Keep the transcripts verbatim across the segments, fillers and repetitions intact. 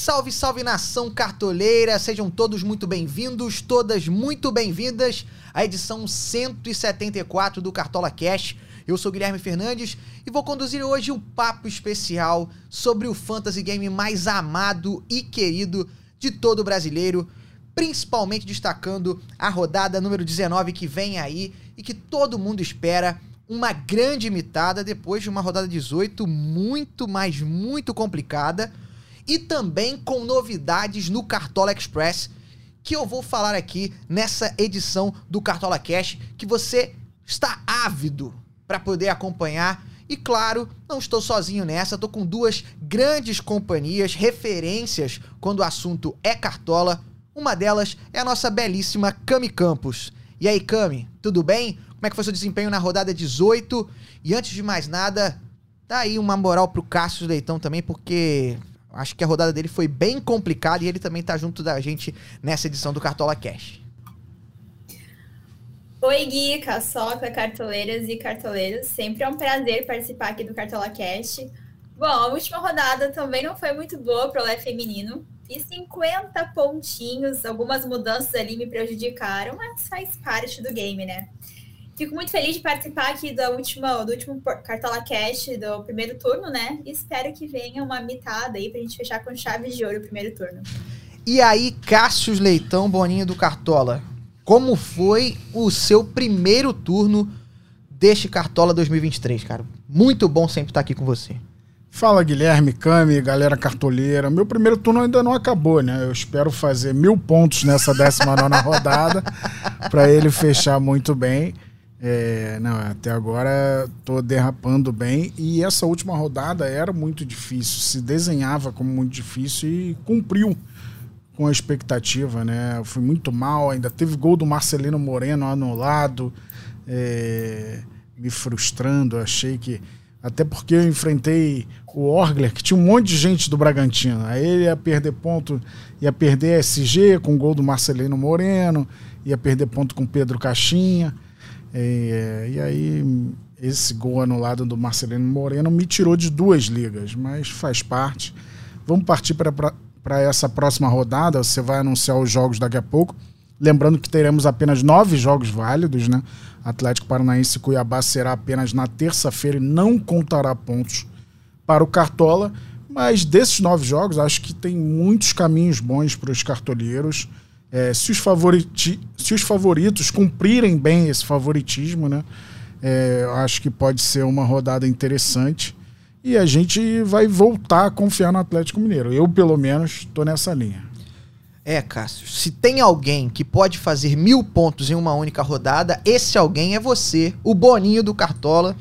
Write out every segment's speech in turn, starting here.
Salve, salve nação cartoleira, sejam todos muito bem-vindos, todas muito bem-vindas à edição cento e setenta e quatro do Cartola Cash. Eu sou Guilherme Fernandes e vou conduzir hoje um papo especial sobre o fantasy game mais amado e querido de todo brasileiro, principalmente destacando a rodada número dezenove que vem aí e que todo mundo espera, uma grande mitada depois de uma rodada dezoito muito, mas muito complicada. E também com novidades no Cartola Express, que eu vou falar aqui nessa edição do Cartola Cash, que você está ávido para poder acompanhar. E claro, não estou sozinho nessa, estou com duas grandes companhias, referências quando o assunto é Cartola. Uma delas é a nossa belíssima Cami Campos. E aí, Cami, tudo bem? Como é que foi seu desempenho na rodada dezoito? E antes de mais nada, dá aí uma moral pro Cássio Leitão também, porque acho que a rodada dele foi bem complicada e ele também tá junto da gente nessa edição do Cartola Cash. Oi, Gui, Caçoca, cartoleiras e cartoleiros. Sempre é um prazer participar aqui do Cartola Cash. Bom, a última rodada também não foi muito boa para o Lé feminino. Fiz cinquenta pontinhos, algumas mudanças ali me prejudicaram, mas faz parte do game, né? Fico muito feliz de participar aqui da última, do último Cartola Cash do primeiro turno, né? E espero que venha uma mitada aí pra gente fechar com chave de ouro o primeiro turno. E aí, Cássio Leitão, Boninho do Cartola, como foi o seu primeiro turno deste Cartola dois mil e vinte e três, cara? Muito bom sempre estar aqui com você. Fala, Guilherme, Cami, galera cartoleira. Meu primeiro turno ainda não acabou, né? Eu espero fazer mil pontos nessa décima nona rodada para ele fechar muito bem. É, não, até agora tô derrapando bem e essa última rodada era muito difícil, se desenhava como muito difícil e cumpriu com a expectativa, né? Eu fui muito mal, ainda teve gol do Marcelino Moreno anulado, é, me frustrando, achei que até porque eu enfrentei o Orgler, que tinha um monte de gente do Bragantino. Aí ele ia perder ponto, ia perder S G com o gol do Marcelino Moreno, ia perder ponto com o Pedro Caixinha. É, e aí esse gol anulado do Marcelino Moreno me tirou de duas ligas, mas faz parte. Vamos partir para essa próxima rodada. Você vai anunciar os jogos daqui a pouco. Lembrando que teremos apenas nove jogos válidos, né? Atlético Paranaense e Cuiabá será apenas na terça-feira e não contará pontos para o Cartola. Mas desses nove jogos, acho que tem muitos caminhos bons para os cartoleiros. É, se, os favoriti- se os favoritos cumprirem bem esse favoritismo, né? É, eu acho que pode ser uma rodada interessante. E a gente vai voltar a confiar no Atlético Mineiro. Eu, pelo menos, estou nessa linha. É, Cássio, se tem alguém que pode fazer mil pontos em uma única rodada, esse alguém é você, o Boninho do Cartola,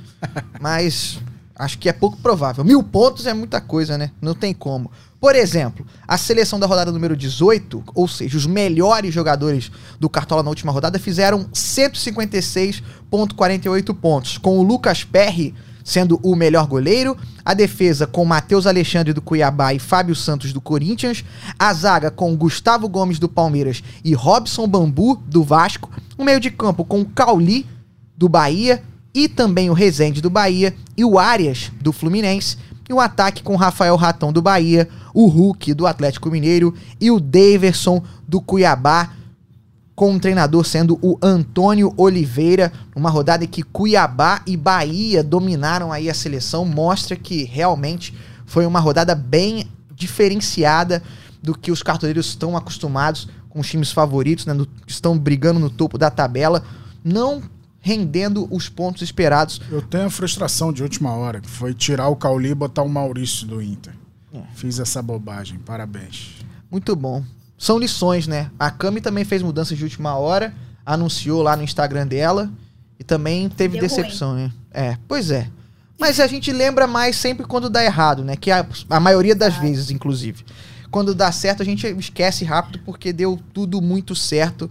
mas acho que é pouco provável. Mil pontos é muita coisa, né? Não tem como. Por exemplo, a seleção da rodada número dezoito, ou seja, os melhores jogadores do Cartola na última rodada, fizeram cento e cinquenta e seis vírgula quarenta e oito pontos, com o Lucas Perry sendo o melhor goleiro, a defesa com Matheus Alexandre do Cuiabá e Fábio Santos do Corinthians, a zaga com Gustavo Gomes do Palmeiras e Robson Bambu do Vasco, o meio de campo com o Cauli do Bahia e também o Rezende do Bahia e o Arias do Fluminense, e o ataque com Rafael Ratão do Bahia, o Hulk do Atlético Mineiro e o Daverson do Cuiabá, com o treinador sendo o Antônio Oliveira. Uma rodada em que Cuiabá e Bahia dominaram aí a seleção, mostra que realmente foi uma rodada bem diferenciada do que os cartoleiros estão acostumados com os times favoritos, né, no, estão brigando no topo da tabela, não rendendo os pontos esperados. Eu tenho a frustração de última hora, que foi tirar o Cauli e botar o Maurício do Inter. É. Fiz essa bobagem, parabéns. Muito bom. São lições, né? A Cami também fez mudanças de última hora, anunciou lá no Instagram dela e também teve Deu decepção, ruim. né? É, pois é. Mas a gente lembra mais sempre quando dá errado, né? Que a, a maioria das ah. vezes, inclusive. Quando dá certo, a gente esquece rápido porque deu tudo muito certo.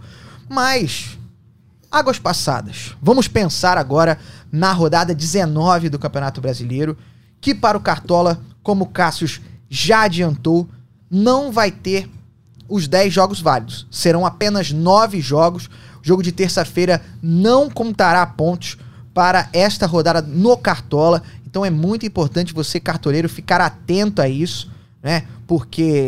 Mas, águas passadas. Vamos pensar agora na rodada dezenove do Campeonato Brasileiro, que para o Cartola, como o Cássio já adiantou, não vai ter os dez jogos válidos. Serão apenas nove jogos. O jogo de terça-feira não contará pontos para esta rodada no Cartola. Então é muito importante você, cartoleiro, ficar atento a isso, né? Porque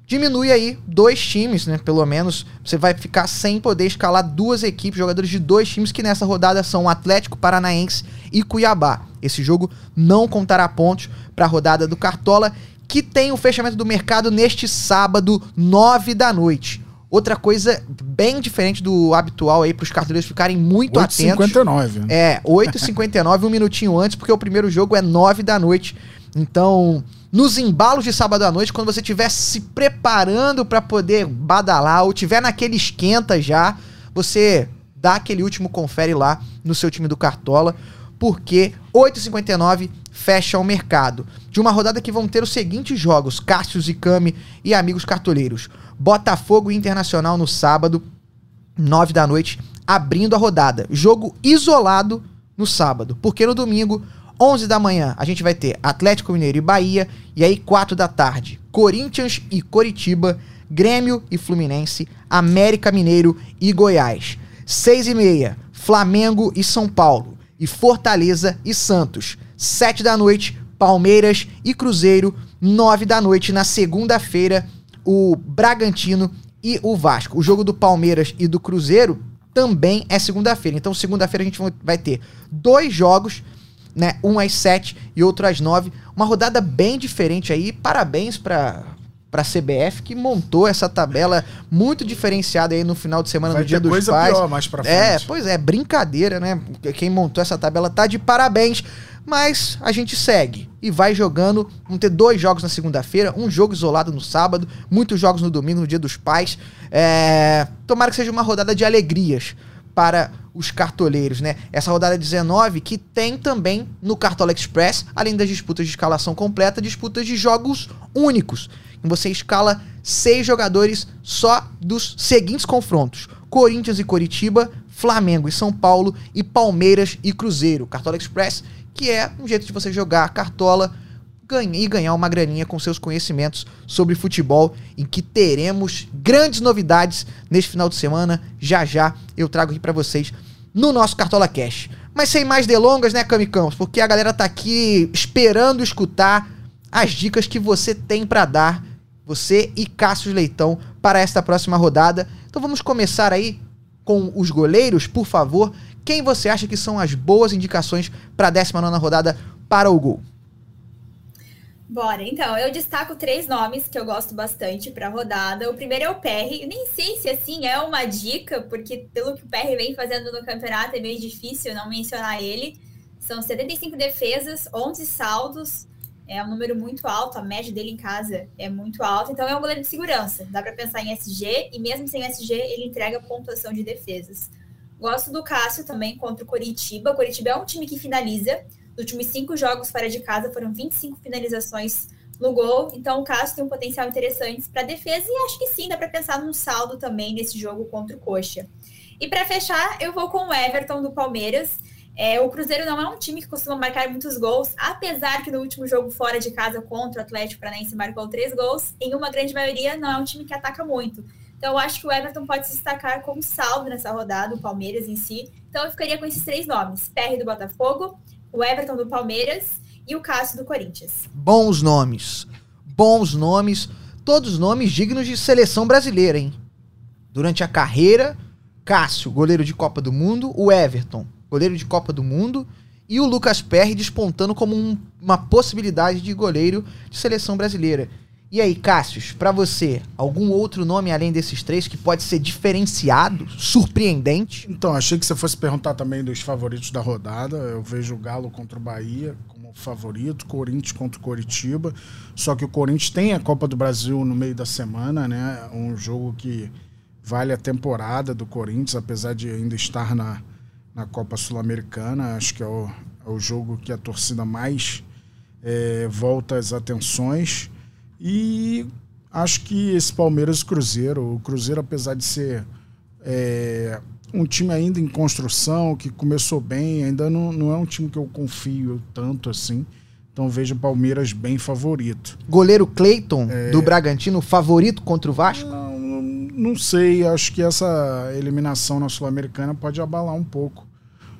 diminui aí dois times, né? Pelo menos você vai ficar sem poder escalar duas equipes, jogadores de dois times que nessa rodada são o Atlético Paranaense e Cuiabá. Esse jogo não contará pontos para a rodada do Cartola, que tem o fechamento do mercado neste sábado, nove da noite. Outra coisa bem diferente do habitual aí para os cartoleiros ficarem muito atentos. oito e cinquenta e nove. Né? É, oito e cinquenta e nove, um minutinho antes, porque o primeiro jogo é nove da noite. Então, nos embalos de sábado à noite, quando você estiver se preparando para poder badalar ou tiver naquele esquenta já, você dá aquele último confere lá no seu time do Cartola, porque oito e cinquenta e nove fecha o mercado. De uma rodada que vão ter os seguintes jogos, Cássius e Cami e amigos cartoleiros. Botafogo e Internacional no sábado, nove da noite, abrindo a rodada. Jogo isolado no sábado, porque no domingo, onze da manhã, a gente vai ter Atlético Mineiro e Bahia, e aí quatro da tarde, Corinthians e Coritiba, Grêmio e Fluminense, América Mineiro e Goiás. seis e meia, Flamengo e São Paulo, e Fortaleza e Santos. sete da noite, Palmeiras e Cruzeiro. nove da noite, na segunda-feira, o Bragantino e o Vasco. O jogo do Palmeiras e do Cruzeiro também é segunda-feira. Então, segunda-feira a gente vai ter dois jogos, né? Um às sete e outro às nove. Uma rodada bem diferente aí. Parabéns para para a C B F, que montou essa tabela muito diferenciada aí no final de semana vai do Dia ter dos coisa Pais. Pior mais pra frente. É, pois é, brincadeira, né? Quem montou essa tabela tá de parabéns. Mas a gente segue e vai jogando. Vão ter dois jogos na segunda-feira, um jogo isolado no sábado, muitos jogos no domingo, no Dia dos Pais. É... Tomara que seja uma rodada de alegrias para os cartoleiros, né? Essa rodada dezenove que tem também no Cartola Express, além das disputas de escalação completa, disputas de jogos únicos. Você escala seis jogadores só dos seguintes confrontos: Corinthians e Coritiba, Flamengo e São Paulo e Palmeiras e Cruzeiro. Cartola Express, que é um jeito de você jogar Cartola ganha, e ganhar uma graninha com seus conhecimentos sobre futebol, em que teremos grandes novidades neste final de semana. Já já eu trago aqui pra vocês no nosso Cartola Cash. Mas sem mais delongas, né, Cami Campos? Porque a galera tá aqui esperando escutar as dicas que você tem pra dar, você e Cássio Leitão, para esta próxima rodada. Então vamos começar aí com os goleiros, por favor. Quem você acha que são as boas indicações para a décima nona rodada para o gol? Bora, então, eu destaco três nomes que eu gosto bastante para a rodada. O primeiro é o Perry. Eu nem sei se assim é uma dica, porque pelo que o Perry vem fazendo no campeonato é meio difícil não mencionar ele. São setenta e cinco defesas, onze saldos. É um número muito alto, a média dele em casa é muito alta, então é um goleiro de segurança. Dá para pensar em S G, e mesmo sem S G, ele entrega pontuação de defesas. Gosto do Cássio também contra o Coritiba. O Coritiba é um time que finaliza. Nos últimos cinco jogos fora de casa foram vinte e cinco finalizações no gol, então o Cássio tem um potencial interessante para defesa, e acho que sim, dá para pensar num saldo também nesse jogo contra o Coxa. E para fechar, eu vou com o Everton do Palmeiras. É, o Cruzeiro não é um time que costuma marcar muitos gols, apesar que no último jogo fora de casa contra o Atlético Paranaense marcou três gols, em uma grande maioria não é um time que ataca muito. Então eu acho que o Everton pode se destacar como saldo nessa rodada, o Palmeiras em si. Então eu ficaria com esses três nomes: Perry do Botafogo, o Everton do Palmeiras e o Cássio do Corinthians. Bons nomes, bons nomes, todos nomes dignos de seleção brasileira, hein? Durante a carreira, Cássio, goleiro de Copa do Mundo, o Everton, goleiro de Copa do Mundo, e o Lucas Perry despontando como um, uma possibilidade de goleiro de seleção brasileira. E aí, Cássius, pra você, algum outro nome além desses três que pode ser diferenciado, surpreendente? Então, achei que você fosse perguntar também dos favoritos da rodada. Eu vejo o Galo contra o Bahia como favorito, Corinthians contra o Coritiba. Só que o Corinthians tem a Copa do Brasil no meio da semana, né? Um jogo que vale a temporada do Corinthians, apesar de ainda estar na, na Copa Sul-Americana. Acho que é o, é o jogo que a torcida mais é, volta as atenções. E acho que esse Palmeiras e Cruzeiro, o Cruzeiro, apesar de ser é, um time ainda em construção, que começou bem, ainda não, não é um time que eu confio tanto assim. Então vejo o Palmeiras bem favorito. Goleiro Cleiton, é... do Bragantino, favorito contra o Vasco? Não, não sei, acho que essa eliminação na Sul-Americana pode abalar um pouco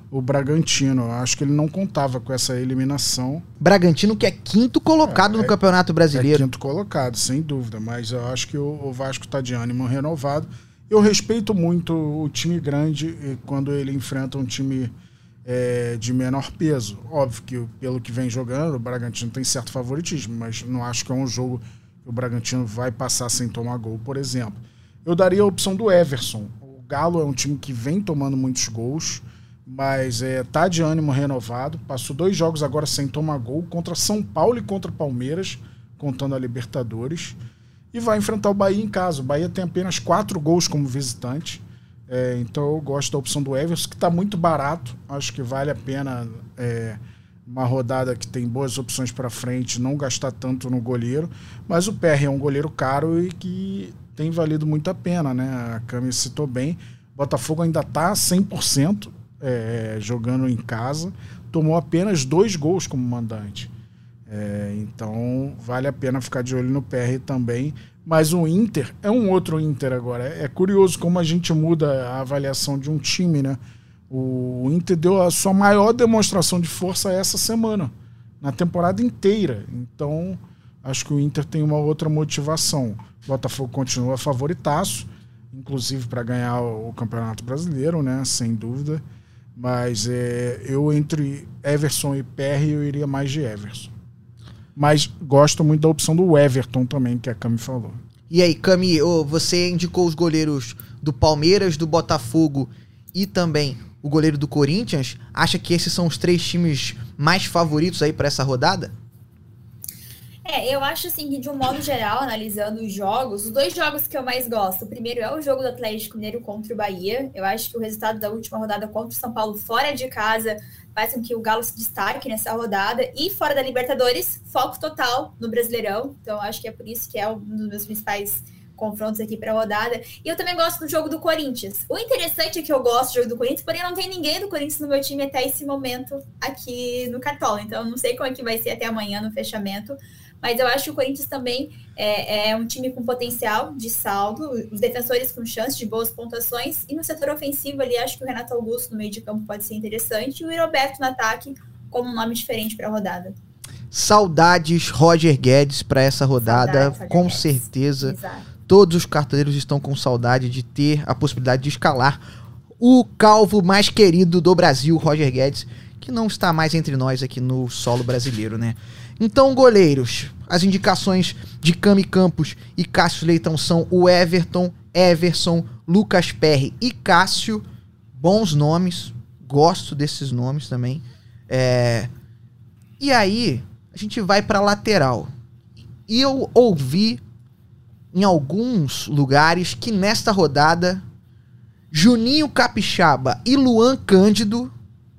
o Bragantino. Eu acho que ele não contava com essa eliminação. Bragantino que é quinto colocado é, no é, Campeonato Brasileiro. É quinto colocado, sem dúvida. Mas eu acho que o, o Vasco está de ânimo renovado. Eu respeito muito o time grande quando ele enfrenta um time é, de menor peso. Óbvio que pelo que vem jogando, o Bragantino tem certo favoritismo, mas não acho que é um jogo que o Bragantino vai passar sem tomar gol, por exemplo. Eu daria a opção do Everson. O Galo é um time que vem tomando muitos gols, mas é, tá de ânimo renovado. Passou dois jogos agora sem tomar gol, contra São Paulo e contra Palmeiras, contando a Libertadores. E vai enfrentar o Bahia em casa. O Bahia tem apenas quatro gols como visitante. É, então eu gosto da opção do Everson, que está muito barato. Acho que vale a pena é, uma rodada que tem boas opções para frente, não gastar tanto no goleiro. Mas o P R é um goleiro caro e que tem valido muito a pena, né? A Cami citou bem. O Botafogo ainda está cem por cento é, jogando em casa. Tomou apenas dois gols como mandante. É, então vale a pena ficar de olho no P R também, mas o Inter é um outro Inter agora. É, é curioso como a gente muda a avaliação de um time, né? O Inter deu a sua maior demonstração de força essa semana, na temporada inteira. Então acho que o Inter tem uma outra motivação. O Botafogo continua favoritaço, inclusive para ganhar o, o Campeonato Brasileiro, né? Sem dúvida. Mas é, eu entre Everson e P R eu iria mais de Everson. Mas gosto muito da opção do Everton também, que a Cami falou. E aí, Cami, oh, você indicou os goleiros do Palmeiras, do Botafogo e também o goleiro do Corinthians. Acha que esses são os três times mais favoritos aí para essa rodada? É, eu acho assim que de um modo geral, analisando os jogos, os dois jogos que eu mais gosto, o primeiro é o jogo do Atlético Mineiro contra o Bahia. Eu acho que o resultado da última rodada contra o São Paulo fora de casa faz com que o Galo se destaque nessa rodada. E fora da Libertadores, foco total no Brasileirão. Então acho que é por isso que é um dos meus principais confrontos aqui para a rodada. E eu também gosto do jogo do Corinthians. O interessante é que eu gosto do jogo do Corinthians, porém não tem ninguém do Corinthians no meu time até esse momento aqui no Cartola. Então eu não sei como é que vai ser até amanhã no fechamento. Mas eu acho que o Corinthians também é, é um time com potencial de saldo, os defensores com chance de boas pontuações, e no setor ofensivo ali acho que o Renato Augusto no meio de campo pode ser interessante, e o Roberto no ataque como um nome diferente para a rodada. Saudades Roger Guedes para essa rodada, Saudades, com Guedes. certeza. Exato. Todos os cartoleiros estão com saudade de ter a possibilidade de escalar o calvo mais querido do Brasil, Roger Guedes, que não está mais entre nós aqui no solo brasileiro, né? Então, goleiros, as indicações de Cami Campos e Cássio Leitão são o Everton, Everson, Lucas Perry e Cássio. Bons nomes, gosto desses nomes também. É... E aí, a gente vai para lateral. E eu ouvi em alguns lugares que nesta rodada, Juninho Capixaba e Luan Cândido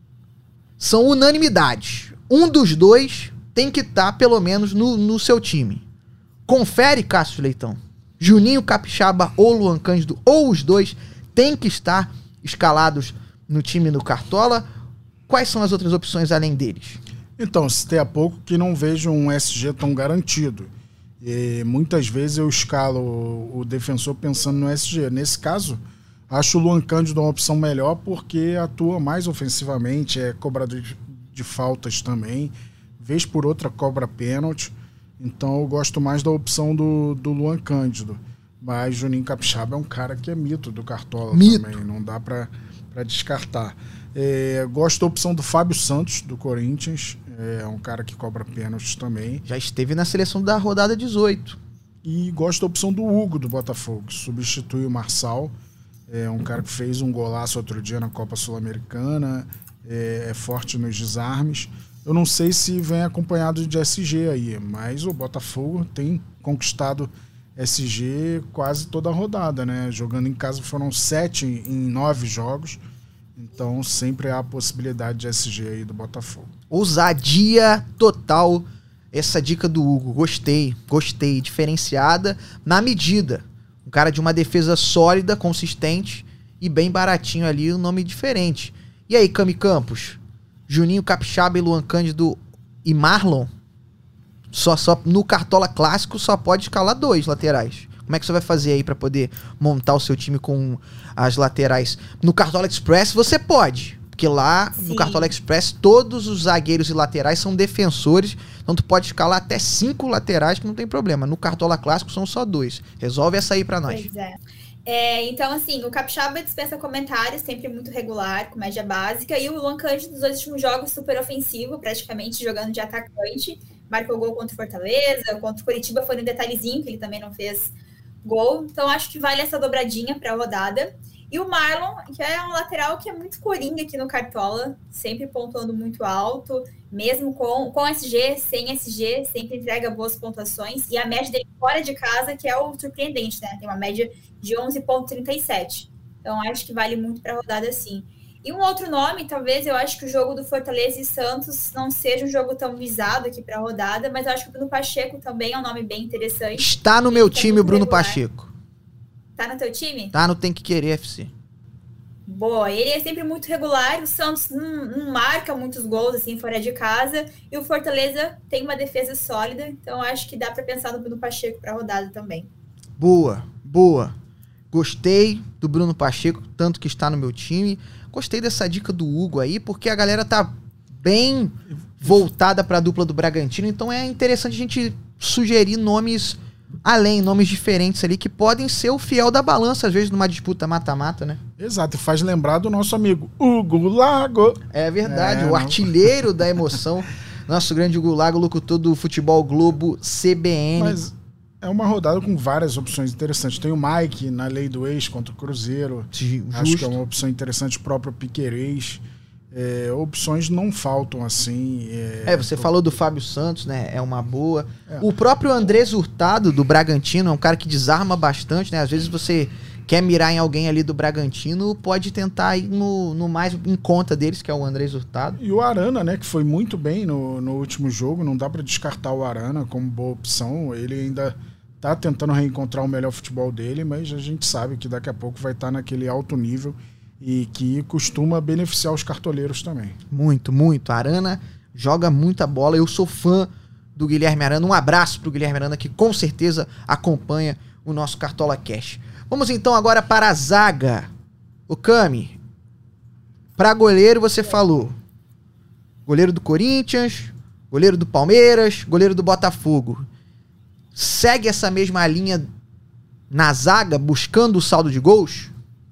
são unanimidades. Um dos dois tem que estar, tá, pelo menos, no, no seu time. Confere, Cássio Leitão. Juninho Capixaba ou Luan Cândido, ou os dois, tem que estar escalados no time no Cartola. Quais são as outras opções além deles? Então, citei há pouco que não vejo um S G tão garantido. E muitas vezes eu escalo o, o defensor pensando no S G. Nesse caso, acho o Luan Cândido uma opção melhor porque atua mais ofensivamente, é cobrador de, de faltas também. Vez por outra cobra pênalti, então eu gosto mais da opção do, do Luan Cândido. Mas Juninho Capixaba é um cara que é mito do Cartola mito. Também, não dá para descartar. É, gosto da opção do Fábio Santos, do Corinthians, é um cara que cobra pênaltis também. Já esteve na seleção da rodada dezoito. E gosto da opção do Hugo, do Botafogo, que substitui o Marçal, é um cara que fez um golaço outro dia na Copa Sul-Americana, é, é forte nos desarmes. Eu não sei se vem acompanhado de S G aí, mas o Botafogo tem conquistado S G quase toda a rodada, né? Jogando em casa foram sete em nove jogos, então sempre há a possibilidade de S G aí do Botafogo. Ousadia total, essa dica do Hugo, gostei, gostei, diferenciada na medida. Um cara de uma defesa sólida, consistente e bem baratinho ali, um nome diferente. E aí, Cami Campos? Juninho Capixaba e Luan Cândido e Marlon, só, só no Cartola Clássico só pode escalar dois laterais. Como é que você vai fazer aí para poder montar o seu time com as laterais? No Cartola Express você pode, Porque lá, Sim. no Cartola Express, todos os zagueiros e laterais são defensores. Então tu pode escalar até cinco laterais que não tem problema. No Cartola Clássico são só dois. Resolve essa aí pra nós. Pois é. É, então, assim, o Capixaba dispensa comentários, sempre muito regular, com média básica. E o Luan Cândido, dos dois últimos jogos, super ofensivo, praticamente jogando de atacante. Marcou gol contra o Fortaleza, contra o Curitiba foi no detalhezinho, que ele também não fez gol. Então, acho que vale essa dobradinha pra rodada. E o Marlon, que é um lateral que é muito coringa aqui no Cartola, sempre pontuando muito alto, mesmo com, com S G, sem S G, sempre entrega boas pontuações. E a média dele fora de casa, que é o surpreendente, né? Tem uma média de onze vírgula trinta e sete. Então, acho que vale muito para a rodada, sim. E um outro nome, talvez, eu acho que o jogo do Fortaleza e Santos não seja um jogo tão visado aqui para a rodada, mas eu acho que o Bruno Pacheco também é um nome bem interessante. Está no meu time o Bruno regular. Pacheco. Tá no teu time? Tá no Tem Que Querer F C. Boa, ele é sempre muito regular, o Santos não, não marca muitos gols assim fora de casa, e o Fortaleza tem uma defesa sólida, então acho que dá para pensar no Bruno Pacheco para a rodada também. Boa, boa. Gostei do Bruno Pacheco, tanto que está no meu time. Gostei dessa dica do Hugo aí, porque a galera tá bem voltada para a dupla do Bragantino, então é interessante a gente sugerir nomes além, nomes diferentes ali, que podem ser o fiel da balança, às vezes, numa disputa mata-mata, né? Exato, e faz lembrar do nosso amigo Hugo Lago. É verdade, É, o não. artilheiro da emoção, nosso grande Hugo Lago, locutor do Futebol Globo C B N. Mas é uma rodada com várias opções interessantes. Tem o Mike na lei do ex contra o Cruzeiro. Sim, Acho justo. que é uma opção interessante, o próprio Piquerez. É, opções não faltam assim. É, É, você falou do Fábio Santos, né? É uma boa. É. O próprio Andrés Hurtado, do Bragantino, é um cara que desarma bastante, né? Às vezes você quer mirar em alguém ali do Bragantino, pode tentar ir no, no mais em conta deles, que é o Andrés Hurtado. E o Arana, né, que foi muito bem no, no último jogo, não dá para descartar o Arana como boa opção. Ele ainda tá tentando reencontrar o melhor futebol dele, mas a gente sabe que daqui a pouco vai estar naquele alto nível e que costuma beneficiar os cartoleiros também. Muito, muito. A Arana joga muita bola. Eu sou fã do Guilherme Arana. Um abraço pro Guilherme Arana, que com certeza acompanha o nosso Cartola Cash. Vamos então agora para a zaga. O Cami, para goleiro você falou. Goleiro do Corinthians, goleiro do Palmeiras, goleiro do Botafogo. Segue essa mesma linha na zaga, buscando o saldo de gols?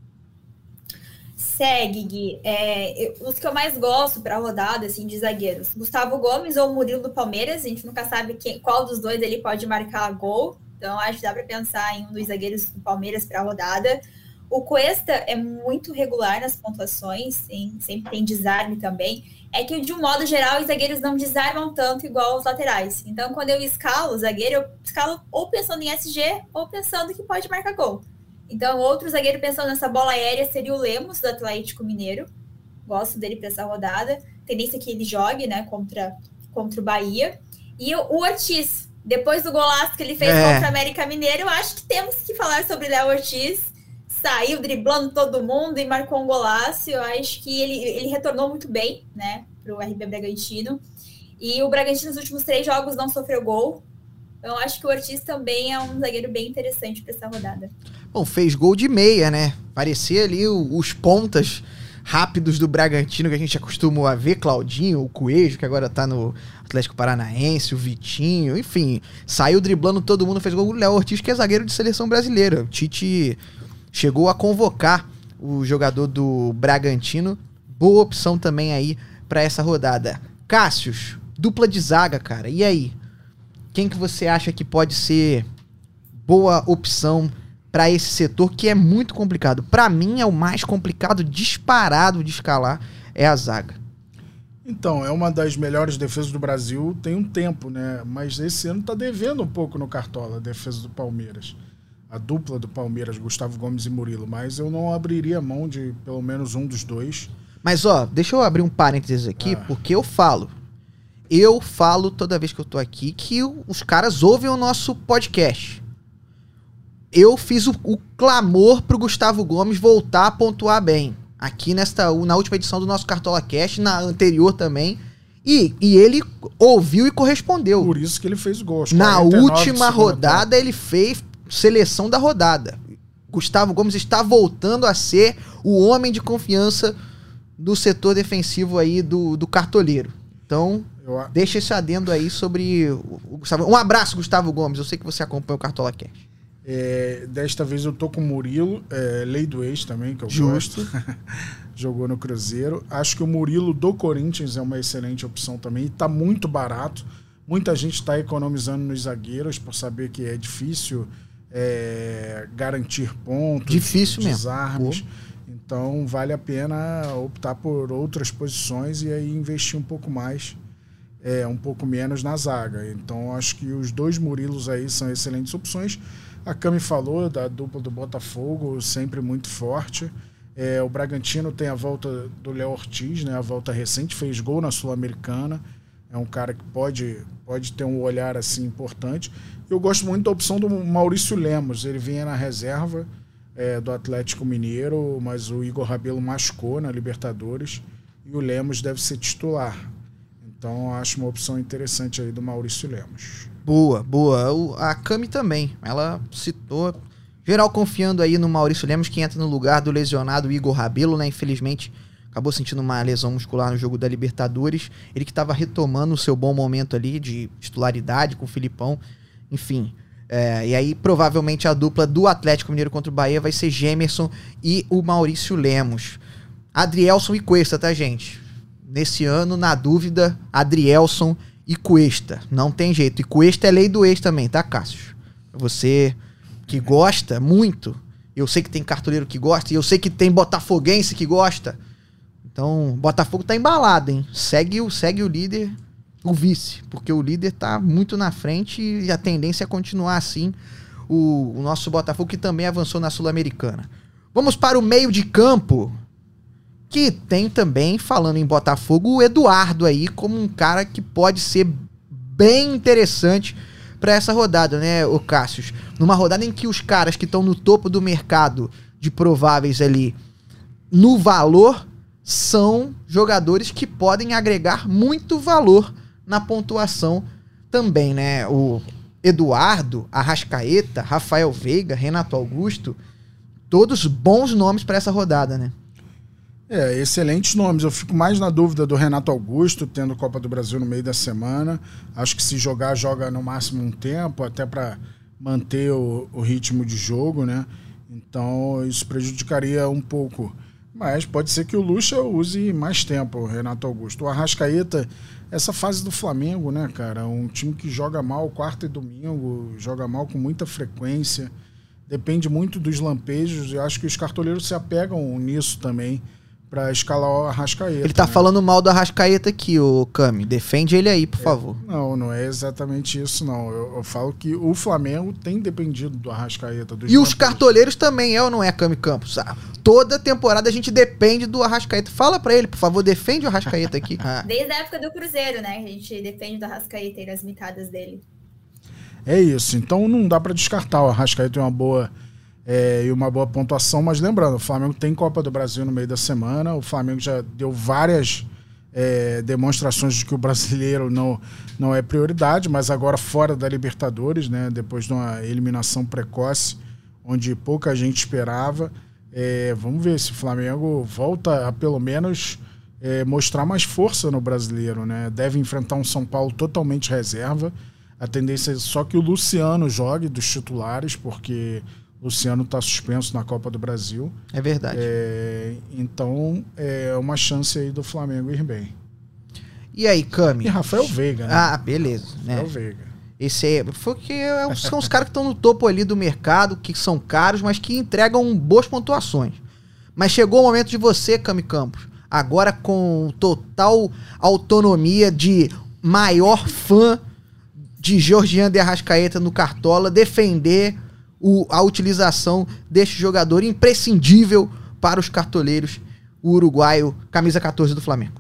Segue, Gui. É, eu- os que eu mais gosto para a rodada, assim, de zagueiros. Gustavo Gomes ou Murilo do Palmeiras. A gente nunca sabe quem, qual dos dois ele pode marcar gol. Então, acho que dá para pensar em um dos zagueiros do Palmeiras para a rodada. O Cuesta é muito regular nas pontuações, sim, sempre tem desarme também. É que, de um modo geral, os zagueiros não desarmam tanto igual os laterais. Então, quando eu escalo o zagueiro, eu escalo ou pensando em S G ou pensando que pode marcar gol. Então, outro zagueiro pensando nessa bola aérea seria o Lemos, do Atlético Mineiro. Gosto dele para essa rodada. Tendência que ele jogue, né, contra, contra o Bahia. E o, o Ortiz, depois do golaço que ele fez É. contra o América Mineiro, eu acho que temos que falar sobre o Léo Ortiz. Saiu driblando todo mundo e marcou um golaço. Eu acho que ele, ele retornou muito bem, né, para o R B Bragantino. E o Bragantino, nos últimos três jogos, não sofreu gol. Então, eu acho que o Ortiz também é um zagueiro bem interessante para essa rodada. Bom, fez gol de meia, né? Parecia ali o- os pontas rápidos do Bragantino que a gente acostumou a ver, Claudinho, o Coelho, que agora tá no Atlético Paranaense, o Vitinho, enfim, saiu driblando todo mundo, fez gol. O Léo Ortiz, que é zagueiro de seleção brasileira. O Tite chegou a convocar o jogador do Bragantino. Boa opção também aí pra essa rodada. Cássius, dupla de zaga, cara. E aí? Quem que você acha que pode ser boa opção para esse setor que é muito complicado? Para mim é o mais complicado, disparado de escalar, é a zaga. Então, é uma das melhores defesas do Brasil tem um tempo, né? Mas esse ano tá devendo um pouco no Cartola, a defesa do Palmeiras. A dupla do Palmeiras, Gustavo Gomes e Murilo. Mas eu não abriria mão de pelo menos um dos dois. Mas ó, deixa eu abrir um parênteses aqui, Ah. porque eu falo, eu falo toda vez que eu tô aqui que o- os caras ouvem o nosso podcast. Eu fiz o, o clamor pro Gustavo Gomes voltar a pontuar bem. Aqui nesta, na última edição do nosso Cartola Cast, na anterior também. E, e ele ouviu e correspondeu. Por isso que ele fez o gol. aos Na quarenta e nove do última segundo rodada, ele fez seleção da rodada. Gustavo Gomes está voltando a ser o homem de confiança do setor defensivo aí do, do Cartoleiro. Então, eu... deixa esse adendo aí sobre o, o Gustavo. Um abraço, Gustavo Gomes. Eu sei que você acompanha o Cartola Cash. É, desta vez eu tô com o Murilo, é, lei do ex também, que eu Justo. gosto. Jogou no Cruzeiro. Acho que o Murilo do Corinthians é uma excelente opção também. E tá muito barato. Muita gente está economizando nos zagueiros por saber que é difícil é, garantir pontos, difícil desarmes. mesmo. Então vale a pena optar por outras posições e aí investir um pouco mais, é, um pouco menos na zaga. Então acho que os dois Murilos aí são excelentes opções. A Cami falou da dupla do Botafogo, sempre muito forte. É, o Bragantino tem a volta do Léo Ortiz, né, a volta recente, fez gol na Sul-Americana. É um cara que pode, pode ter um olhar assim importante. Eu gosto muito da opção do Maurício Lemos. Ele vinha na reserva é, do Atlético Mineiro, mas o Igor Rabelo machucou na Libertadores e o Lemos deve ser titular. Então acho uma opção interessante aí do Maurício Lemos. Boa, boa. O, a Cami também. Ela citou. Geral confiando aí no Maurício Lemos, que entra no lugar do lesionado Igor Rabelo, né? Infelizmente acabou sentindo uma lesão muscular no jogo da Libertadores. Ele que estava retomando o seu bom momento ali de titularidade com o Filipão. Enfim. É, e aí, provavelmente, a dupla do Atlético Mineiro contra o Bahia vai ser Gemerson e o Maurício Lemos. Adrielson e Cuesta, tá, gente? Nesse ano, na dúvida, Adrielson e Cuesta. Não tem jeito. E Cuesta é lei do ex também, tá, Cássio? Você que gosta muito, eu sei que tem cartoleiro que gosta, e eu sei que tem botafoguense que gosta. Então, Botafogo tá embalado, hein? Segue o, segue o líder, o vice, porque o líder tá muito na frente e a tendência é continuar assim. O, o nosso Botafogo, que também avançou na Sul-Americana. Vamos para o meio de campo, que tem também, falando em Botafogo, o Eduardo aí como um cara que pode ser bem interessante para essa rodada, né, o Cássio? Numa rodada em que os caras que estão no topo do mercado de prováveis ali, no valor, são jogadores que podem agregar muito valor na pontuação também, né? O Eduardo, Arrascaeta, Rafael Veiga, Renato Augusto, todos bons nomes para essa rodada, né? É, excelentes nomes. Eu fico mais na dúvida do Renato Augusto, tendo Copa do Brasil no meio da semana. Acho que se jogar, joga no máximo um tempo, até para manter o, o ritmo de jogo, né? Então isso prejudicaria um pouco. Mas pode ser que o Lucha use mais tempo, o Renato Augusto. O Arrascaeta, essa fase do Flamengo, né, cara? Um time que joga mal quarta e domingo, joga mal com muita frequência. Depende muito dos lampejos. Eu acho que os cartoleiros se apegam nisso também para escalar o Arrascaeta. Ele tá né? falando mal do Arrascaeta aqui, ô Cami. Defende ele aí, por é, favor. Não, não é exatamente isso, não. Eu, eu falo que o Flamengo tem dependido do Arrascaeta. Dos e os lampejos. cartoleiros também, é ou não é, Cami Campos? Ah, toda temporada a gente depende do Arrascaeta. Fala pra ele, por favor, defende o Arrascaeta aqui. Ah. Desde a época do Cruzeiro, né? A gente depende do Arrascaeta e das mitadas dele. É isso. Então não dá para descartar. O Arrascaeta tem uma boa... É, e uma boa pontuação, mas lembrando, o Flamengo tem Copa do Brasil no meio da semana, o Flamengo já deu várias é, demonstrações de que o brasileiro não, não é prioridade, mas agora fora da Libertadores, né, depois de uma eliminação precoce, onde pouca gente esperava, é, vamos ver se o Flamengo volta a pelo menos é, mostrar mais força no brasileiro, né? Deve enfrentar um São Paulo totalmente reserva, a tendência é só que o Luciano jogue dos titulares, porque Luciano está suspenso na Copa do Brasil. É verdade. É, então, é uma chance aí do Flamengo ir bem. E aí, Cami? E Rafael Veiga, né? Ah, beleza. Rafael né? Veiga. Esse aí, foi que é, são os caras que estão no topo ali do mercado, que são caros, mas que entregam boas pontuações. Mas chegou o momento de você, Cami Campos, agora com total autonomia de maior fã de Georgian de Arrascaeta no Cartola, defender O, a utilização deste jogador imprescindível para os cartoleiros, o uruguaio, camisa catorze do Flamengo.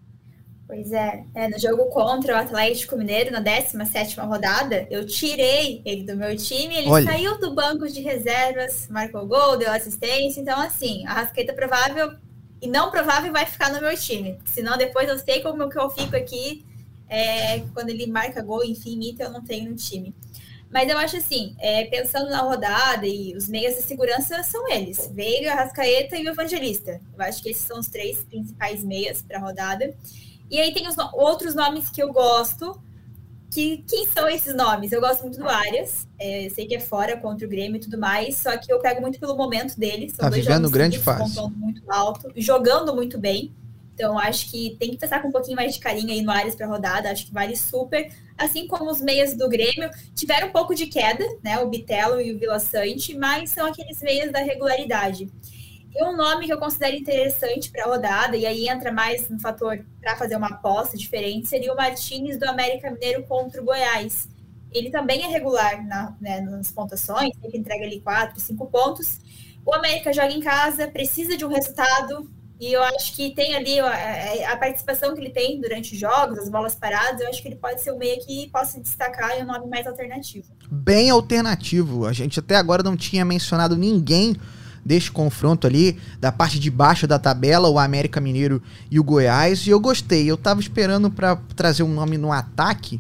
Pois é, é, no jogo contra o Atlético Mineiro, na décima sétima rodada, eu tirei ele do meu time, ele Olha. saiu do banco de reservas, marcou gol, deu assistência, então assim, a Arrascaeta provável e não provável vai ficar no meu time, senão depois eu sei como que eu fico aqui, é, quando ele marca gol, enfim, imita, eu não tenho no time. Mas eu acho assim, é, pensando na rodada e os meias de segurança são eles. Veiga, Arrascaeta e o Evangelista. Eu acho que esses são os três principais meias para a rodada. E aí tem os no- outros nomes que eu gosto. Que, quem são esses nomes? Eu gosto muito do Arias. É, eu sei que é fora contra o Grêmio e tudo mais. Só que eu pego muito pelo momento dele. São Tá dois vivendo jogos grande seguidos, fase. pontuando muito alto, jogando muito bem. Então, acho que tem que pensar com um pouquinho mais de carinho aí no Arias para a rodada. Acho que vale super. Assim como os meias do Grêmio tiveram um pouco de queda, né? O Bitelo e o Vila Sante, mas são aqueles meias da regularidade. E um nome que eu considero interessante para a rodada, e aí entra mais no fator para fazer uma aposta diferente, seria o Martínez do América Mineiro contra o Goiás. Ele também é regular na, né, nas pontuações, sempre entrega ali quatro, cinco pontos. O América joga em casa, precisa de um resultado. E eu acho que tem ali a, a participação que ele tem durante os jogos, as bolas paradas, eu acho que ele pode ser um meio que possa destacar e um nome mais alternativo. Bem alternativo. A gente até agora não tinha mencionado ninguém deste confronto ali, da parte de baixo da tabela, o América Mineiro e o Goiás, e eu gostei. Eu tava esperando para trazer um nome no ataque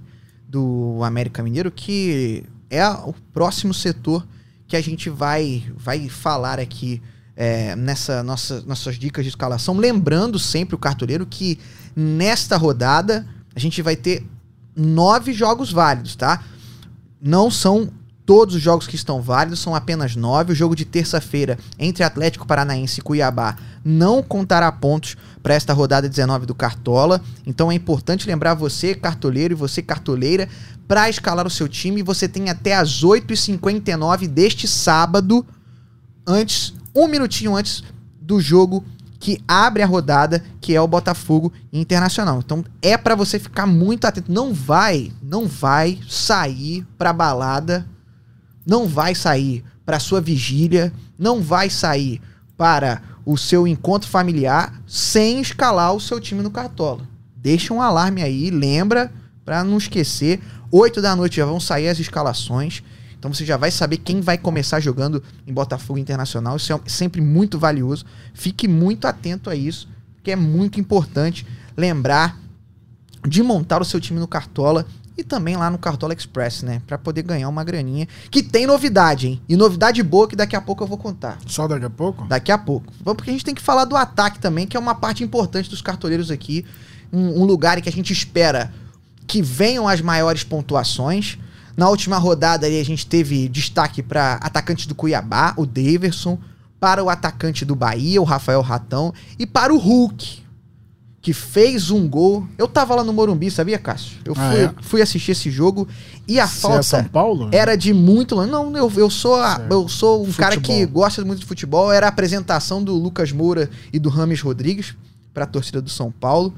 do América Mineiro, que é o próximo setor que a gente vai, vai falar aqui. É, nessa nossa, nossas dicas de escalação, lembrando sempre o cartoleiro que nesta rodada a gente vai ter nove jogos válidos, tá? Não são todos os jogos que estão válidos, são apenas nove. O jogo de terça-feira entre Atlético Paranaense e Cuiabá não contará pontos para esta rodada dezenove do Cartola, então é importante lembrar você, cartoleiro, e você, cartoleira, para escalar o seu time. Você tem até as oito e cinquenta e nove deste sábado, antes um minutinho antes do jogo que abre a rodada, que é o Botafogo Internacional. Então é pra você ficar muito atento. Não vai, não vai sair pra balada, não vai sair pra sua vigília, não vai sair para o seu encontro familiar sem escalar o seu time no Cartola. Deixa um alarme aí, lembra, pra não esquecer. oito da noite já vão sair as escalações. Então você já vai saber quem vai começar jogando em Botafogo Internacional. Isso é sempre muito valioso. Fique muito atento a isso, porque é muito importante lembrar de montar o seu time no Cartola e também lá no Cartola Express, né? Pra poder ganhar uma graninha. Que tem novidade, hein? E novidade boa que daqui a pouco eu vou contar. Só daqui a pouco? Daqui a pouco. Porque a gente tem que falar do ataque também, que é uma parte importante dos cartoleiros aqui. Um, um lugar em que a gente espera que venham as maiores pontuações. Na última rodada ali a gente teve destaque para atacante do Cuiabá, o Daverson, para o atacante do Bahia, o Rafael Ratão, e para o Hulk, que fez um gol. Eu tava lá no Morumbi, sabia, Cássio? Eu fui, Ah, é? fui assistir esse jogo e a Você falta é São Paulo? era de muito longe. Não, eu, eu sou, a- Certo. eu sou um Futebol. cara que gosta muito de futebol. Era a apresentação do Lucas Moura e do Rames Rodrigues para a torcida do São Paulo.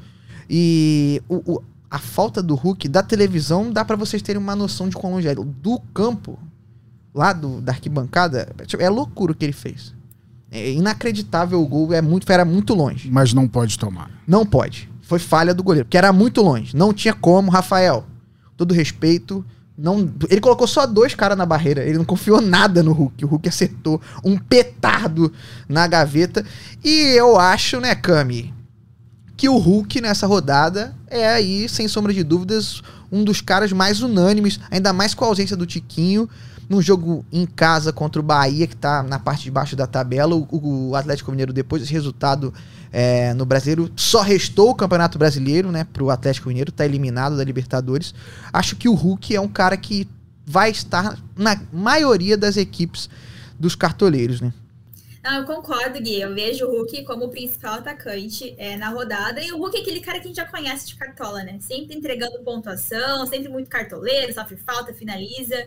E o, o- a falta do Hulk da televisão dá pra vocês terem uma noção de quão longe é. Do campo, lá do, da arquibancada, é loucura o que ele fez. É inacreditável o gol, é muito, era muito longe. Mas não pode tomar. Não pode. Foi falha do goleiro, porque era muito longe. Não tinha como, Rafael. Todo respeito. Não, ele colocou só dois caras na barreira. Ele não confiou nada no Hulk. O Hulk acertou um petardo na gaveta. E eu acho, né, Cami, que o Hulk nessa rodada é aí, sem sombra de dúvidas, um dos caras mais unânimes, ainda mais com a ausência do Tiquinho, num jogo em casa contra o Bahia, que tá na parte de baixo da tabela. O, o Atlético Mineiro, depois desse resultado é, no Brasileiro, só restou o Campeonato Brasileiro, né, pro Atlético Mineiro, tá eliminado da Libertadores. Acho que o Hulk é um cara que vai estar na maioria das equipes dos cartoleiros, né? Não, eu concordo, Gui. Eu vejo o Hulk como o principal atacante é, na rodada. E o Hulk é aquele cara que a gente já conhece de cartola, né? Sempre entregando pontuação, sempre muito cartoleiro, sofre falta, finaliza.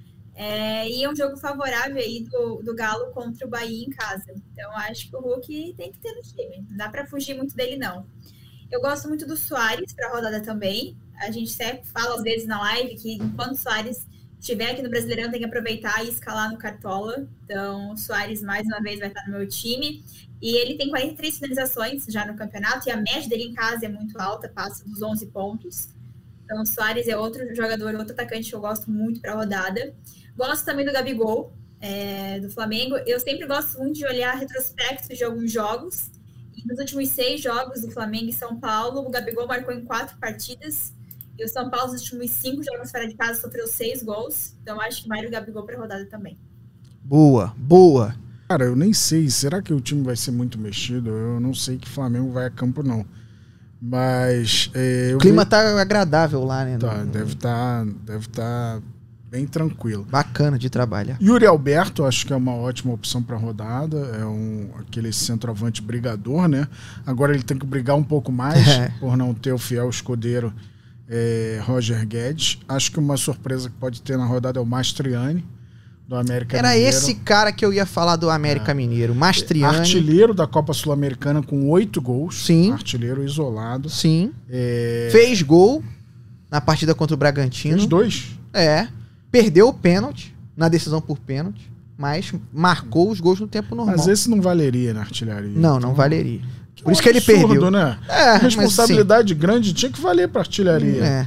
É, e é um jogo favorável aí do, do Galo contra o Bahia em casa. Então, acho que o Hulk tem que ter no time. Não dá pra fugir muito dele, não. Eu gosto muito do Suárez pra rodada também. A gente sempre fala às vezes na live que enquanto o Suárez estiver aqui no Brasileirão, tem que aproveitar e escalar no Cartola. Então, o Suárez, mais uma vez, vai estar no meu time. E ele tem quarenta e três finalizações já no campeonato, e a média dele em casa é muito alta, passa dos onze pontos. Então, o Suárez é outro jogador, outro atacante que eu gosto muito para a rodada. Gosto também do Gabigol, é, do Flamengo. Eu sempre gosto muito de olhar retrospectos de alguns jogos. E nos últimos seis jogos do Flamengo e São Paulo, o Gabigol marcou em quatro partidas. E o São Paulo, nos últimos cinco jogos fora de casa, sofreu seis gols. Então, acho que vai o Gabigol para a rodada também. Boa, boa. Cara, eu nem sei. Será que o time vai ser muito mexido? Eu não sei que Flamengo vai a campo, não. Mas... É, o clima vi... tá agradável lá, né? Tá, no... deve estar tá, deve tá bem tranquilo. Bacana de trabalhar. Yuri Alberto, acho que é uma ótima opção para rodada. É um, aquele centroavante brigador, né? Agora ele tem que brigar um pouco mais é. por não ter o fiel escudeiro é, Roger Guedes. Acho que uma surpresa que pode ter na rodada é o Mastriani, do América Era Mineiro. esse cara que eu ia falar do América é. Mineiro, Mastriani. Artilheiro da Copa Sul-Americana com oito gols. Sim. Artilheiro isolado. Sim. É... Fez gol na partida contra o Bragantino. Fez dois. É. Perdeu o pênalti na decisão por pênalti, mas marcou os gols no tempo normal. Mas esse não valeria na artilharia. Não, então... não valeria. Que por isso que ele absurdo, perdeu. Né? É, responsabilidade grande tinha que valer para artilharia. É.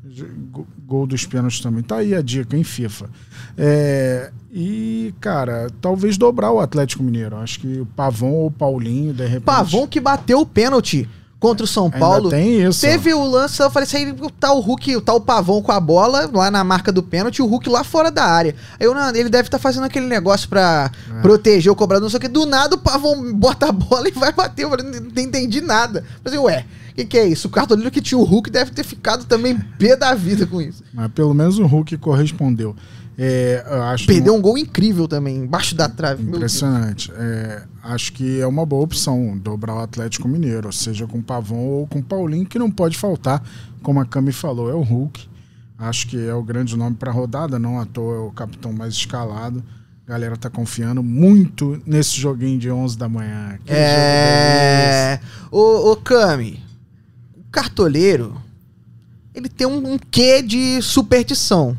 Gol dos pênaltis também. Tá aí a dica em FIFA. É, e, cara, talvez dobrar o Atlético Mineiro. Acho que o Pavão ou o Paulinho, de repente... Pavão que bateu o pênalti contra o São Paulo. Ainda tem isso. Teve o lance, eu falei assim, aí tá o Hulk, tá o Pavão com a bola lá na marca do pênalti e o Hulk lá fora da área. Aí eu, não, ele deve estar tá fazendo aquele negócio pra é. proteger o cobrador, não sei o que. Do nada o Pavão bota a bola e vai bater. Eu falei, não, não entendi nada. Mas eu, ué, o que, que é isso? O cartoleiro que tinha o Hulk deve ter ficado também pé da vida com isso. Mas pelo menos o Hulk correspondeu. É, acho Perdeu que... um gol incrível também, embaixo da trave. Impressionante. É, acho que é uma boa opção dobrar o Atlético Mineiro, seja com o Pavão ou com o Paulinho, que não pode faltar, como a Cami falou, é o Hulk. Acho que é o grande nome para a rodada, não à toa é o capitão mais escalado. A galera tá confiando muito nesse joguinho de onze da manhã. Que é... Ô, ô Cami, o cartoleiro, ele tem um, um quê de superstição.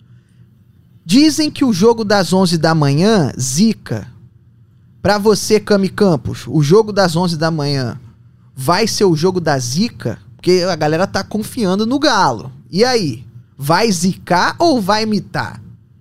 Dizem que o jogo das onze da manhã zica. Pra você, Cami Campos, o jogo das onze da manhã vai ser o jogo da zica? Porque a galera tá confiando no Galo. E aí? Vai zicar ou vai imitar?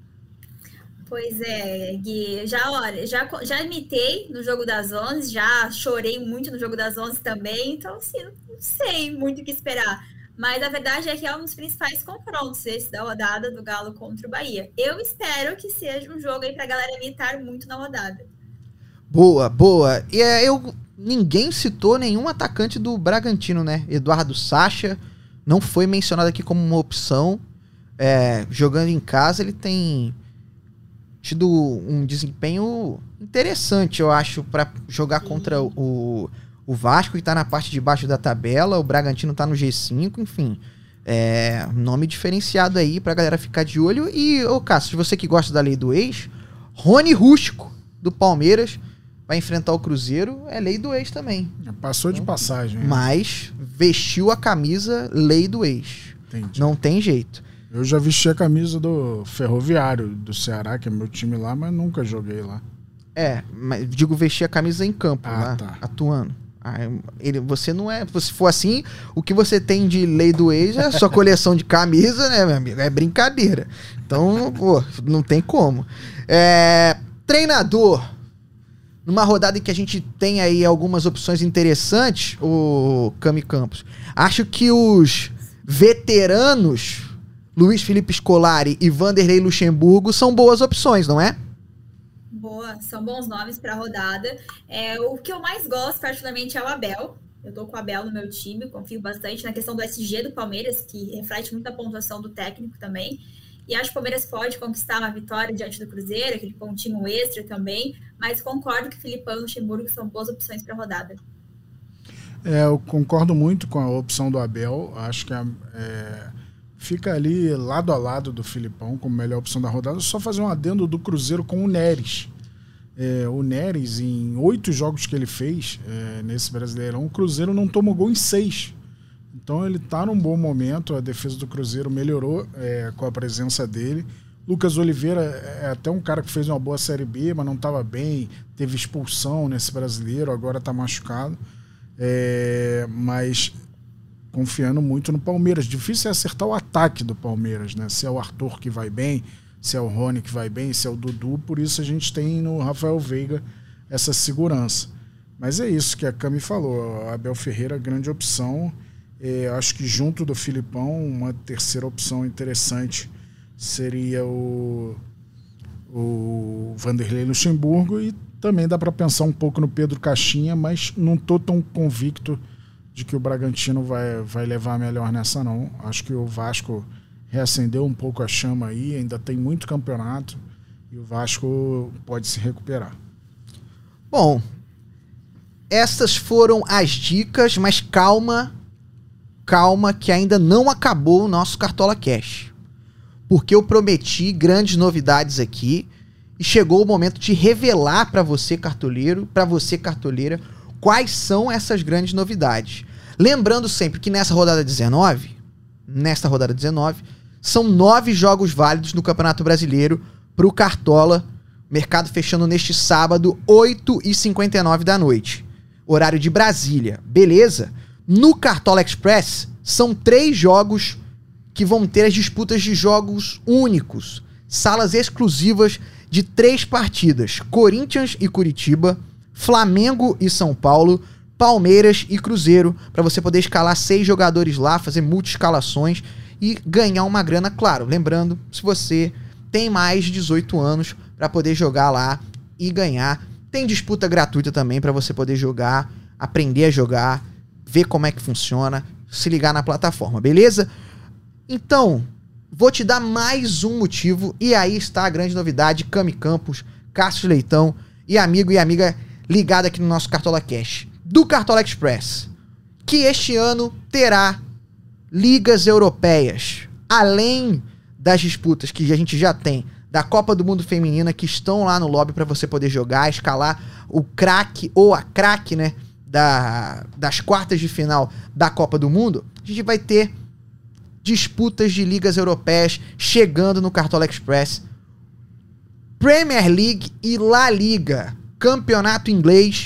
Pois é, Gui. Já, olha, já, já imitei no jogo das onze, já chorei muito no jogo das onze também. Então, assim, não sei muito o que esperar. Mas a verdade é que é um dos principais confrontos esse da rodada do Galo contra o Bahia. Eu espero que seja um jogo aí pra galera imitar muito na rodada. Boa, boa. E é, eu, ninguém citou nenhum atacante do Bragantino, né? Eduardo Sacha não foi mencionado aqui como uma opção. É, jogando em casa, ele tem tido um desempenho interessante, eu acho, pra jogar Sim. contra o... O Vasco, que tá na parte de baixo da tabela, o Bragantino tá no G cinco, enfim. É, nome diferenciado aí pra galera ficar de olho. E, ô Cássio, se você que gosta da lei do ex, Rony Rústico, do Palmeiras, vai enfrentar o Cruzeiro, é lei do ex também. Passou então, de passagem. Né? Mas vestiu a camisa lei do ex. Entendi. Não tem jeito. Eu já vesti a camisa do Ferroviário, do Ceará, que é meu time lá, mas nunca joguei lá. É, mas digo vestir a camisa em campo, ah, lá, tá. atuando. Ele, você não é. Se for assim, o que você tem de lei do ex é a sua coleção de camisa, né, meu amigo? É brincadeira. Então, pô, não tem como. É, treinador. Numa rodada em que a gente tem aí algumas opções interessantes, o Cami Campos. Acho que os veteranos, Luiz Felipe Scolari e Vanderlei Luxemburgo, são boas opções, não é? Boa, são bons nomes para a rodada. É, o que eu mais gosto, particularmente, é o Abel. Eu tô com o Abel no meu time, confio bastante na questão do S G do Palmeiras, que reflete muito a pontuação do técnico também. E acho que o Palmeiras pode conquistar uma vitória diante do Cruzeiro, aquele pontinho extra também, mas concordo que Filipão e Luxemburgo são boas opções para a rodada. É, eu concordo muito com a opção do Abel. Acho que é, fica ali lado a lado do Filipão como melhor opção da rodada. Só fazer um adendo do Cruzeiro com o Neres. É, o Neres, em oito jogos que ele fez é, nesse Brasileirão, o Cruzeiro não tomou gol em seis. Então ele está num bom momento, a defesa do Cruzeiro melhorou é, com a presença dele. Lucas Oliveira é até um cara que fez uma boa Série B, mas não estava bem, teve expulsão nesse Brasileiro, agora está machucado. É, mas confiando muito no Palmeiras. Difícil é acertar o ataque do Palmeiras, né? Se é o Arthur que vai bem, se é o Rony que vai bem, se é o Dudu, por isso a gente tem no Rafael Veiga essa segurança. Mas é isso que a Cami falou, Abel Ferreira, grande opção. É, acho que junto do Filipão, uma terceira opção interessante seria o, o Vanderlei Luxemburgo, e também dá para pensar um pouco no Pedro Caixinha, mas não estou tão convicto de que o Bragantino vai, vai levar melhor nessa, não. Acho que o Vasco reacendeu um pouco a chama aí, ainda tem muito campeonato e o Vasco pode se recuperar. Bom, essas foram as dicas, mas calma, calma que ainda não acabou o nosso Cartola Cash. Porque eu prometi grandes novidades aqui e chegou o momento de revelar para você, cartoleiro, para você, cartoleira, quais são essas grandes novidades. Lembrando sempre que nessa rodada dezenove, nesta rodada dezenove, são nove jogos válidos no Campeonato Brasileiro para o Cartola, mercado fechando neste sábado, oito e cinquenta e nove da noite, horário de Brasília, beleza? No Cartola Express, são três jogos que vão ter as disputas de jogos únicos, salas exclusivas de três partidas, Corinthians e Curitiba, Flamengo e São Paulo, Palmeiras e Cruzeiro, para você poder escalar seis jogadores lá, fazer multi-escalações e ganhar uma grana, claro, lembrando, se você tem mais de dezoito anos para poder jogar lá e ganhar. Tem disputa gratuita também para você poder jogar, aprender a jogar, ver como é que funciona, se ligar na plataforma, beleza? Então, vou te dar mais um motivo, e aí está a grande novidade, Cami Campos, Cássio Leitão e amigo e amiga ligado aqui no nosso Cartola Cash, do Cartola Express, que este ano terá ligas europeias, além das disputas que a gente já tem da Copa do Mundo Feminina, que estão lá no lobby para você poder jogar, escalar o craque ou a craque, né, da, das quartas de final da Copa do Mundo. A gente vai ter disputas de ligas europeias chegando no Cartola Express. Premier League e La Liga, campeonato inglês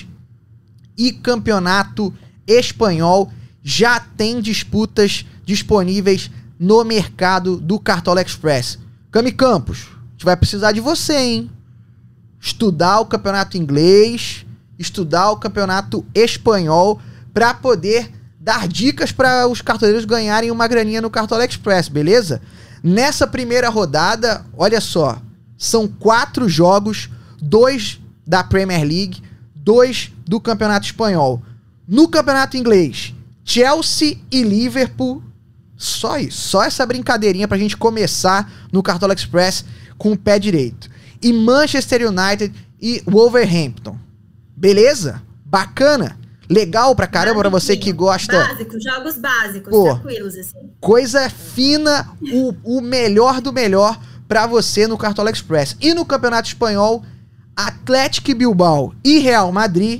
e campeonato espanhol, já tem disputas disponíveis no mercado do Cartola Express. Cami Campos, a gente vai precisar de você, hein? Estudar o campeonato inglês, estudar o campeonato espanhol, para poder dar dicas para os cartoleiros ganharem uma graninha no Cartola Express, beleza? Nessa primeira rodada, olha só, são quatro jogos, dois da Premier League, dois do campeonato espanhol. No campeonato inglês, Chelsea e Liverpool. Só isso, só essa brincadeirinha pra gente começar no Cartola Express com o pé direito. E Manchester United e Wolverhampton. Beleza? Bacana? Legal pra caramba pra você que gosta... Básicos, jogos básicos, Pô, tranquilos, assim. Coisa fina, o, o melhor do melhor pra você no Cartola Express. E no Campeonato Espanhol, Atlético Bilbao e Real Madrid,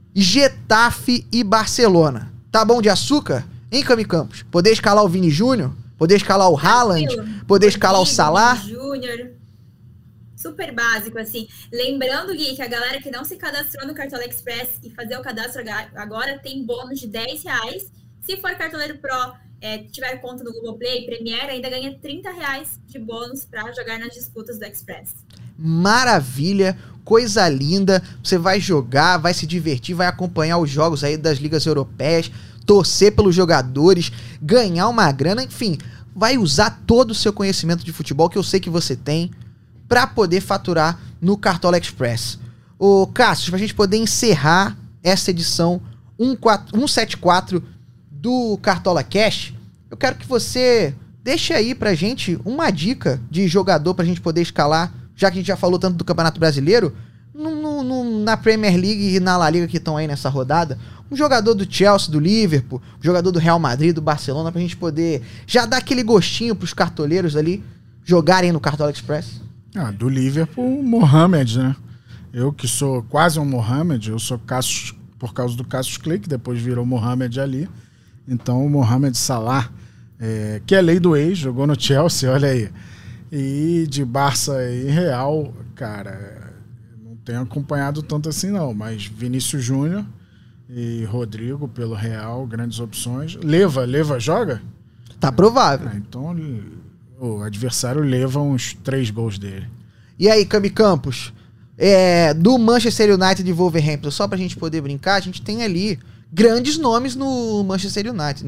Getafe e Barcelona. Tá bom de açúcar? Hein, Cami Campos? Poder escalar o Vini Júnior? Poder escalar o Haaland? Poder escalar o Salah? Júnior. Super básico, assim. Lembrando, Gui, que a galera que não se cadastrou no Cartola Express e fazer o cadastro agora tem bônus de dez reais. Se for cartoleiro Pro, é, tiver conta no Google Play, Premiere, ainda ganha trinta reais de bônus para jogar nas disputas do Express. Maravilha, coisa linda. Você vai jogar, vai se divertir, vai acompanhar os jogos aí das ligas europeias, torcer pelos jogadores, ganhar uma grana, enfim, vai usar todo o seu conhecimento de futebol que eu sei que você tem para poder faturar no Cartola Express. Ô Cássio, pra gente poder encerrar essa edição cento e setenta e quatro do Cartola Cash, eu quero que você deixe aí pra gente uma dica de jogador pra gente poder escalar, já que a gente já falou tanto do Campeonato Brasileiro, no, no, no, na Premier League e na La Liga que estão aí nessa rodada. Um jogador do Chelsea, do Liverpool, um jogador do Real Madrid, do Barcelona, pra gente poder já dar aquele gostinho pros cartoleiros ali jogarem no Cartola Express. Ah, do Liverpool, Mohamed, né? Eu que sou quase um Mohamed, eu sou Cassius, por causa do Cassius Clay, que depois virou Mohamed ali. Então o Mohamed Salah, é, que é lei do ex, jogou no Chelsea, olha aí. E de Barça e Real, cara, não tenho acompanhado tanto assim não, mas Vinícius Júnior e Rodrigo pelo Real, grandes opções. Leva, Leva joga? Tá provável. Ah, então o adversário leva uns três gols dele. E aí, Cami Campos, é, do Manchester United e Wolverhampton, só pra gente poder brincar, a gente tem ali grandes nomes no Manchester United, né?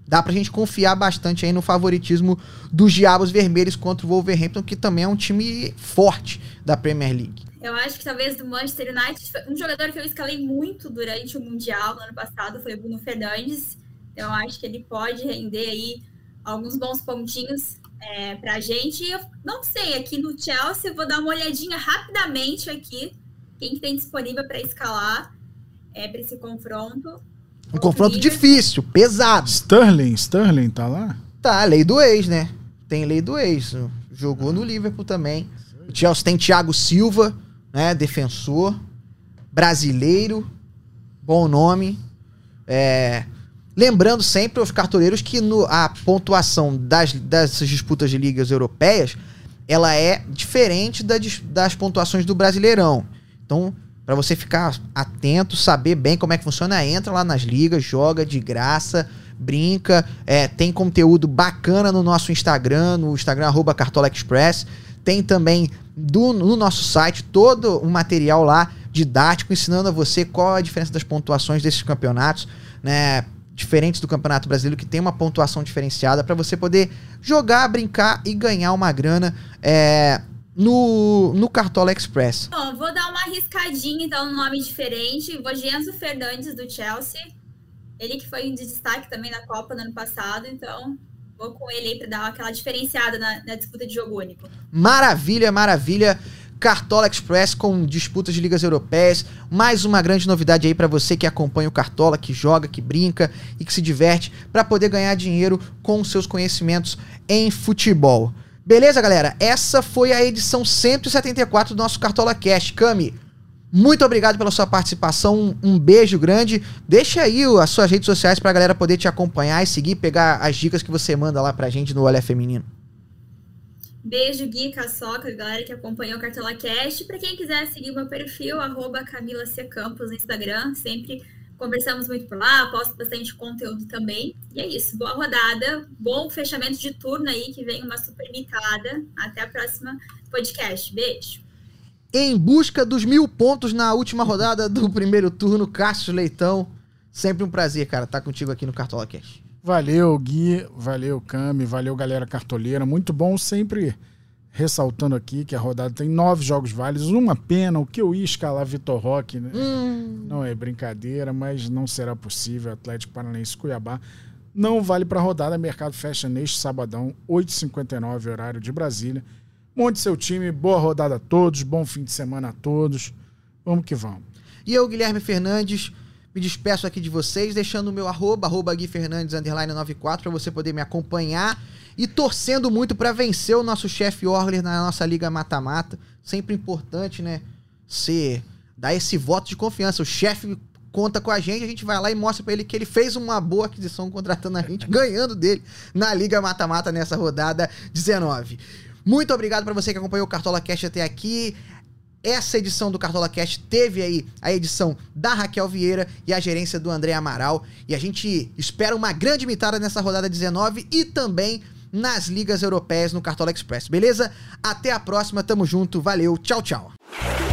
dá pra gente confiar bastante aí no favoritismo dos Diabos Vermelhos contra o Wolverhampton, que também é um time forte da Premier League. Eu acho que talvez do Manchester United, um jogador que eu escalei muito durante o Mundial no ano passado foi o Bruno Fernandes. Eu acho que ele pode render aí alguns bons pontinhos é, pra gente. Eu não sei, aqui no Chelsea, eu vou dar uma olhadinha rapidamente aqui, quem que tem disponível para escalar é, para esse confronto. Um confronto difícil, pesado. Sterling, Sterling tá lá? Tá, lei do ex, né? Tem lei do ex. Jogou no Liverpool também. O Chelsea tem Thiago Silva, né? Defensor. Brasileiro. Bom nome. É... Lembrando sempre aos cartoleiros que no, a pontuação das, dessas disputas de ligas europeias, ela é diferente da, das pontuações do Brasileirão. Então, para você ficar atento, saber bem como é que funciona, entra lá nas ligas, joga de graça, brinca, é, tem conteúdo bacana no nosso Instagram, no Instagram arroba Cartola Express, tem também do, no nosso site todo um material lá didático ensinando a você qual a diferença das pontuações desses campeonatos, né, diferentes do Campeonato Brasileiro, que tem uma pontuação diferenciada para você poder jogar, brincar e ganhar uma grana é, no, no Cartola Express. Bom, vou dar uma arriscadinha, então, um nome diferente. Vou de Enzo Fernandes, do Chelsea. Ele que foi um destaque também na Copa no ano passado, então vou com ele aí para dar aquela diferenciada na, na disputa de jogo único. Maravilha, maravilha. Cartola Express com disputas de ligas europeias. Mais uma grande novidade aí para você que acompanha o Cartola, que joga, que brinca e que se diverte para poder ganhar dinheiro com seus conhecimentos em futebol. Beleza, galera? Essa foi a edição cento e setenta e quatro do nosso Cartola Cast. Cami, muito obrigado pela sua participação. Um, um beijo grande. Deixa aí as suas redes sociais pra galera poder te acompanhar e seguir, pegar as dicas que você manda lá pra gente no Olé Feminino. Beijo, Gui, Caçoca, galera que acompanhou o Cartola Cast. Para quem quiser seguir meu perfil, arroba Camila C. Campos no Instagram. Sempre conversamos muito por lá, posto bastante conteúdo também. E é isso, boa rodada, bom fechamento de turno aí, que vem uma super mitada. Até a próxima podcast. Beijo. Em busca dos mil pontos na última rodada do primeiro turno, Cássio Leitão. Sempre um prazer, cara, estar contigo aqui no Cartola Cast. Valeu, Gui, valeu, Cami, valeu, galera cartoleira. Muito bom, sempre ressaltando aqui que a rodada tem nove jogos válidos. Uma pena, o que eu ia escalar Vitor Roque, né? Hum. Não é brincadeira, mas não será possível. Atlético Paranaense Cuiabá não vale para a rodada. Mercado fecha neste sabadão, oito e cinquenta e nove, horário de Brasília. Monte seu time, boa rodada a todos, bom fim de semana a todos. Vamos que vamos. E eu, Guilherme Fernandes, me despeço aqui de vocês, deixando o meu arroba, arroba Gui Fernandes, underline noventa e quatro, para você poder me acompanhar e torcendo muito para vencer o nosso chefe Orler na nossa Liga Mata-Mata. Sempre importante, né, ser, dar esse voto de confiança. O chefe conta com a gente, a gente vai lá e mostra para ele que ele fez uma boa aquisição contratando a gente, ganhando dele na Liga Mata-Mata nessa rodada dezenove. Muito obrigado para você que acompanhou o Cartola Cast até aqui. Essa edição do Cartola Cast teve aí a edição da Raquel Vieira e a gerência do André Amaral. E a gente espera uma grande mitada nessa rodada dezenove e também nas ligas europeias no Cartola Express, beleza? Até a próxima, tamo junto, valeu, tchau, tchau.